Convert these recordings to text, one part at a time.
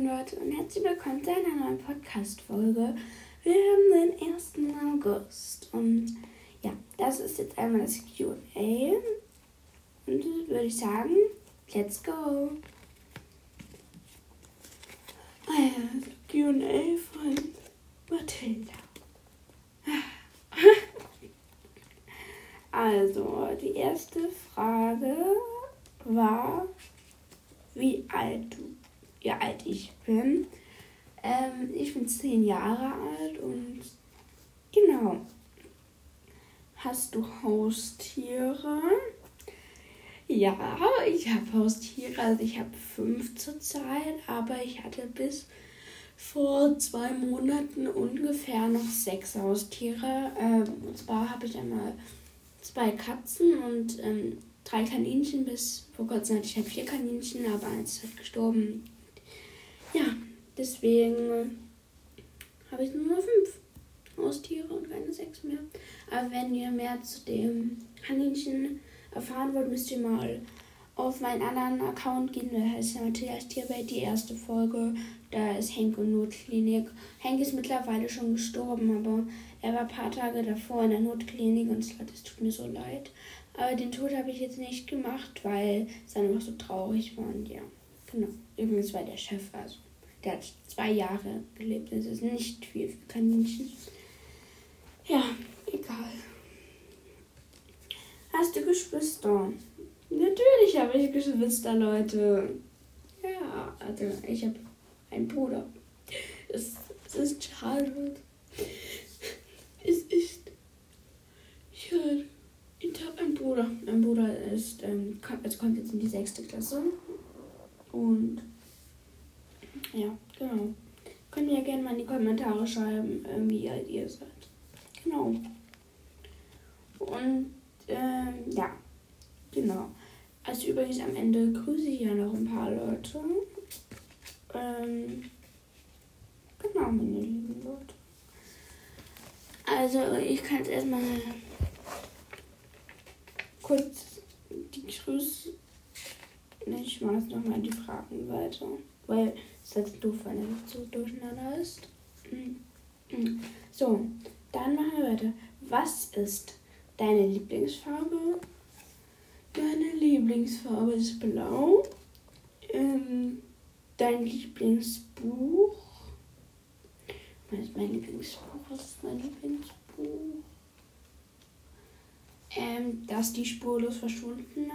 Leute und herzlich willkommen zu einer neuen Podcast-Folge. Wir haben den 1. August und ja, das ist jetzt einmal das Q&A und würde ich sagen, let's go! Q&A von Mathilda. Also, die erste Frage war, wie alt ich bin. Ich bin 10 Jahre alt und genau. Hast du Haustiere? Ja, ich habe Haustiere. Also ich habe 5 zurzeit, aber ich hatte bis vor 2 Monaten ungefähr noch 6 Haustiere. Und zwar habe ich einmal 2 Katzen und 3 Kaninchen. Bis vor kurzem hatte ich halt 4 Kaninchen, aber eins ist halt gestorben. Ja, deswegen habe ich nur noch 5 Haustiere und keine 6 mehr. Aber wenn ihr mehr zu dem Kaninchen erfahren wollt, müsst ihr mal auf meinen anderen Account gehen. Der heißt ja Matthias Tierwelt, die erste Folge. Da ist Henk in Notklinik. Henk ist mittlerweile schon gestorben, aber er war ein paar Tage davor in der Notklinik und es tut mir so leid. Aber den Tod habe ich jetzt nicht gemacht, weil es einfach so traurig war. Und ja, genau. Übrigens war der Chef, also der hat 2 Jahre gelebt. Das ist nicht viel für Kaninchen. Ja, egal. Hast du Geschwister? Natürlich habe ich Geschwister, Leute. Ja, also ich habe einen Bruder. Es ist schade. Es ist schade. Ich habe einen Bruder. Mein Bruder ist, kommt jetzt in die 6. Klasse. Und ja, genau. Könnt ihr ja gerne mal in die Kommentare schreiben, wie alt ihr seid. Genau. Und ja, genau. Also übrigens am Ende grüße ich ja noch ein paar Leute. Genau, meine lieben Leute. Also ich kann jetzt erstmal kurz die Grüße. Ich mache jetzt nochmal die Fragen weiter. Weil es ist halt doof, wenn er nicht so durcheinander ist. So, dann machen wir weiter. Was ist deine Lieblingsfarbe? Meine Lieblingsfarbe ist blau. Dein Lieblingsbuch? Was ist mein Lieblingsbuch? Was ist mein Lieblingsbuch? Das die spurlos Verschwundene.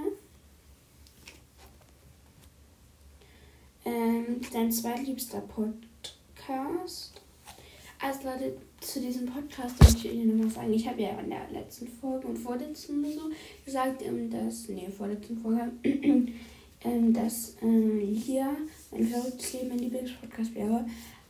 Dein zweitliebster Podcast. Also Leute, zu diesem Podcast möchte ich Ihnen noch was sagen. Ich habe ja in der letzten Folge und vorletzten so gesagt, dass hier mein verrücktes Leben mein Lieblingspodcast wäre.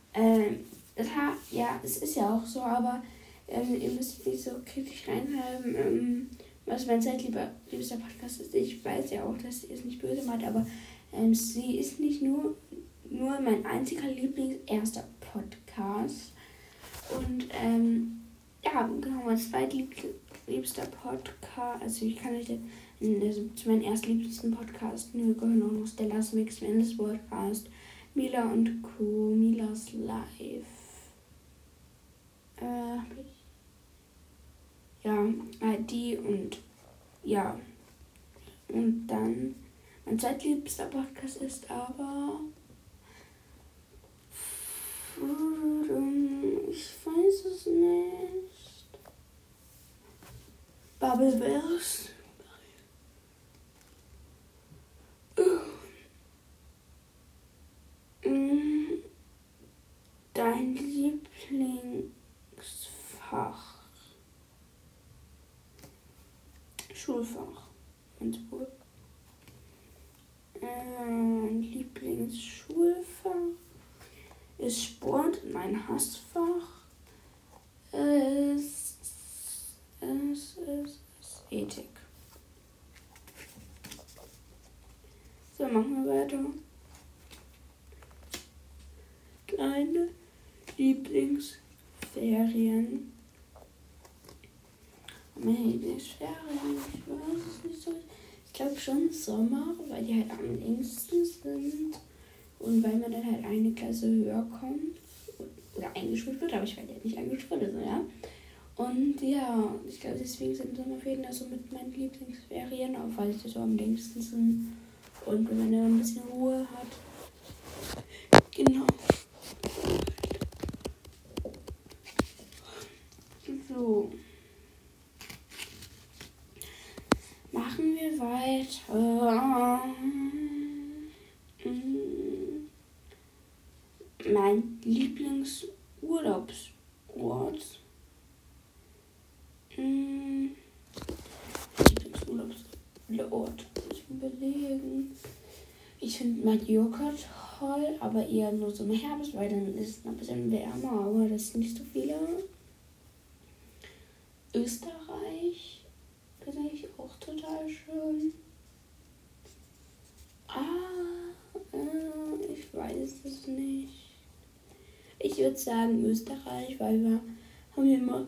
Es ist ja auch so, aber ihr müsst nicht so kritisch reinhalten, was mein zweitliebster Podcast ist. Ich weiß ja auch, dass ihr es nicht böse meint, aber sie ist nicht nur mein einziger Lieblings-erster Podcast. Und genau, mein zweitliebster Podcast, also ich kann euch zu meinen erstliebsten Podcasts gehören auch noch Stellas Mix, Mendes Podcast, Mila und Co., Milas Live. Die und ja. Und dann, mein zweitliebster Podcast ist aber ich weiß es nicht. Bubbleverse. Dein Lieblingsfach? Schulfach. Innsbruck. Lieblingsschulfach ist Sport. Mein Hassfach ist Ethik. So, machen wir weiter. Deine Lieblingsferien. Meine Lieblingsferien, ich weiß es nicht so. Ich glaube schon Sommer, weil die halt am längsten sind. Und weil man dann halt eine Klasse höher kommt oder eingeschult wird, aber ich werde ja nicht eingeschult, also ja. Und ja, ich glaube, deswegen sind Sommerferien also mit meinen Lieblingsferien, auch weil sie so am längsten sind und wenn man dann ein bisschen Ruhe hat. Genau. So. Machen wir weiter. Mein Lieblingsurlaubsort. Lieblingsurlaubsort. Ich überlegen. Ich finde Mallorca toll, aber eher nur so im Herbst, weil dann ist es ein bisschen wärmer, aber das ist nicht so viele. Österreich finde ich auch total schön. Ich weiß es nicht. Ich würde sagen Österreich, weil wir haben hier immer.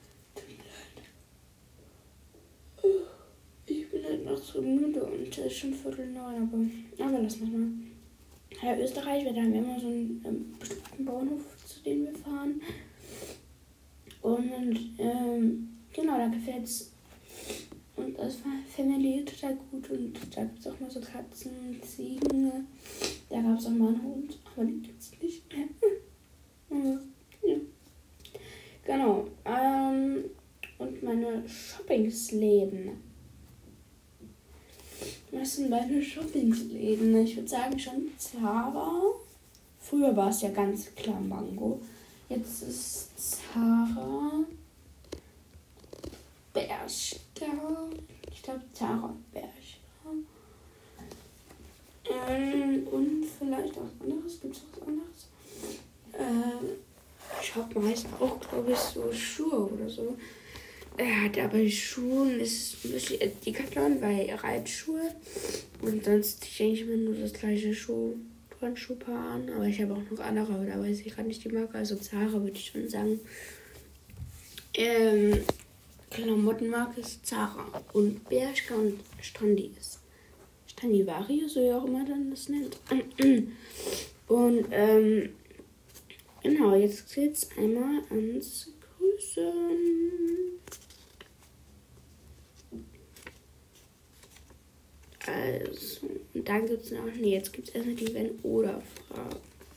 Ich bin halt noch so müde und es ist schon 8:45, aber lass mal. Ja, Österreich, wir haben immer so einen bestimmten Bauernhof, zu dem wir fahren. Und genau, da gefällt es. Und das war Family total gut. Und da gibt es auch mal so Katzen, Ziegen. Da gab es auch mal einen Hund, aber die gibt es nicht mehr. Ja. Genau. Und meine Shoppingsläden. Was sind meine Shoppingsläden? Ich würde sagen schon Zara. Früher war es ja ganz klar Mango. Jetzt ist Zara. Bershka. Ich glaube Zara und Bershka. Und vielleicht auch was anderes. Gibt es was anderes? Shop heißt auch, glaube ich, so Schuhe oder so. Aber bei Schuhen ist es ein bisschen Decathlon, weil Reitschuhe. Und sonst ziehe ich immer nur das gleiche Turnschuhpaar an. Aber ich habe auch noch andere, aber da weiß ich gerade nicht die Marke. Also Zara würde ich schon sagen. Klamottenmarke ist Zara. Und Bershka und Stradivarius, so wie auch immer man das nennt. Und genau, jetzt geht's einmal ans Grüßen. Also, und dann gibt es noch, jetzt gibt es erstmal die Wenn-Oder-Fragen.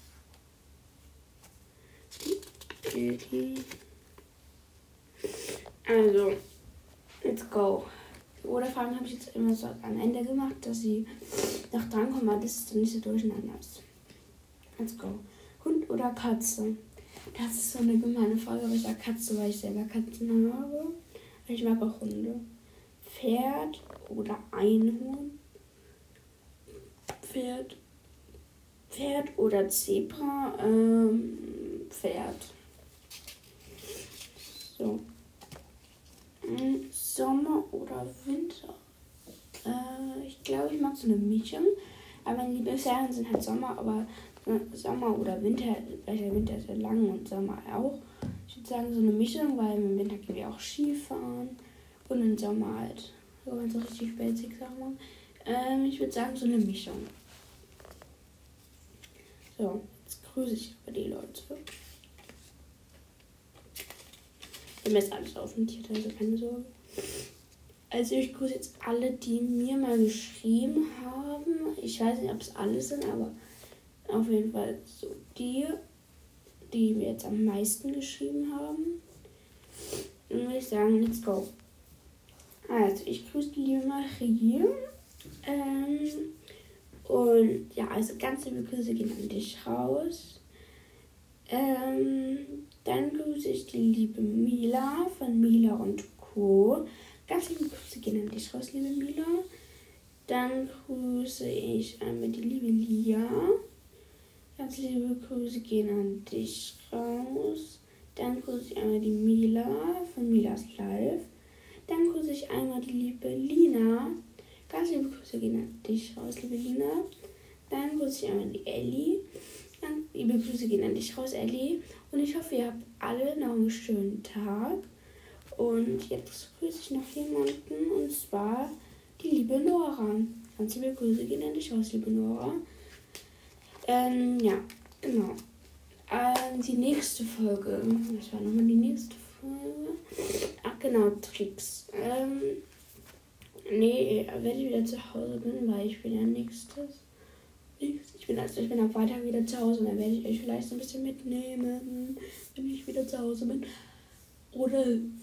Also, let's go. Die Oder-Fragen habe ich jetzt immer so am Ende gemacht, dass sie noch drankommen, aber das ist dann nicht so durcheinander ist. Let's go. Hund oder Katze? Das ist so eine gemeine Frage, aber ich sage Katze, weil ich selber Katzen habe. Ich mag auch Hunde. Pferd oder Einhorn? Pferd oder Zebra? Pferd. So. Sommer oder Winter? Ich glaube, ich mag so eine Mischung. Aber meine Lieblingsferien sind halt Sommer, aber Sommer oder Winter, weil der Winter ist ja lang und Sommer auch. Ich würde sagen, so eine Mischung, weil im Winter gehen wir auch Skifahren und im Sommer halt so richtig basic Sachen. Ich würde sagen, so eine Mischung. So, jetzt grüße ich aber die Leute. Ich habe mir jetzt alles aufnotiert, also keine Sorge. Also ich grüße jetzt alle, die mir mal geschrieben haben. Ich weiß nicht, ob es alle sind, aber auf jeden Fall so die mir jetzt am meisten geschrieben haben. Dann würde ich sagen, let's go. Also ich grüße die liebe Marie. Und ja, also ganz liebe Grüße gehen an dich raus. Dann grüße ich die liebe Mila von Mila und Co. Ganz liebe Grüße gehen an dich raus, liebe Mila. Dann grüße ich einmal die liebe Lia. Ganz liebe Grüße gehen an dich raus. Dann grüße ich einmal die Mila von Milas Live. Dann grüße ich einmal die liebe Lina. Ganz liebe Grüße gehen an dich raus, liebe Lina. Dann grüße ich einmal die Ellie. Dann liebe Grüße gehen an dich raus, Ellie. Und ich hoffe, ihr habt alle noch einen schönen Tag. Und jetzt grüße ich noch jemanden, und zwar die liebe Nora. Ganz liebe Grüße gehen an dich raus, liebe Nora. Ja, genau. Die nächste Folge. Was war nochmal die nächste Folge? Ach genau, Tricks. Nee, wenn ich wieder zu Hause bin, weil ich bin ja nächstes. Ich bin am Freitag wieder zu Hause und dann werde ich euch vielleicht so ein bisschen mitnehmen, wenn ich wieder zu Hause bin. Oder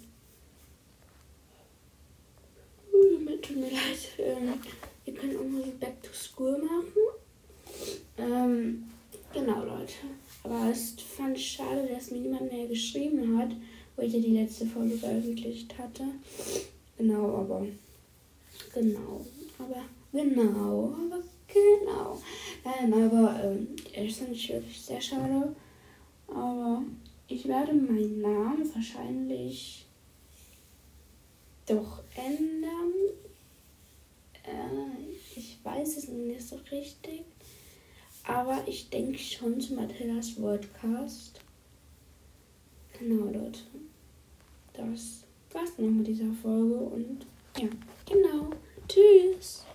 tut mir leid, wir können auch mal so Back to School machen. Genau, Leute. Aber es fand ich schade, dass mir niemand mehr geschrieben hat, wo ich ja die letzte Folge veröffentlicht hatte. Aber es ist natürlich wirklich sehr schade. Aber ich werde meinen Namen wahrscheinlich doch ändern. Ich weiß es nicht so richtig. Aber ich denke schon zu Mathildas Podcast. Genau, Leute. Das war's dann noch mit dieser Folge. Und ja, genau. Tschüss.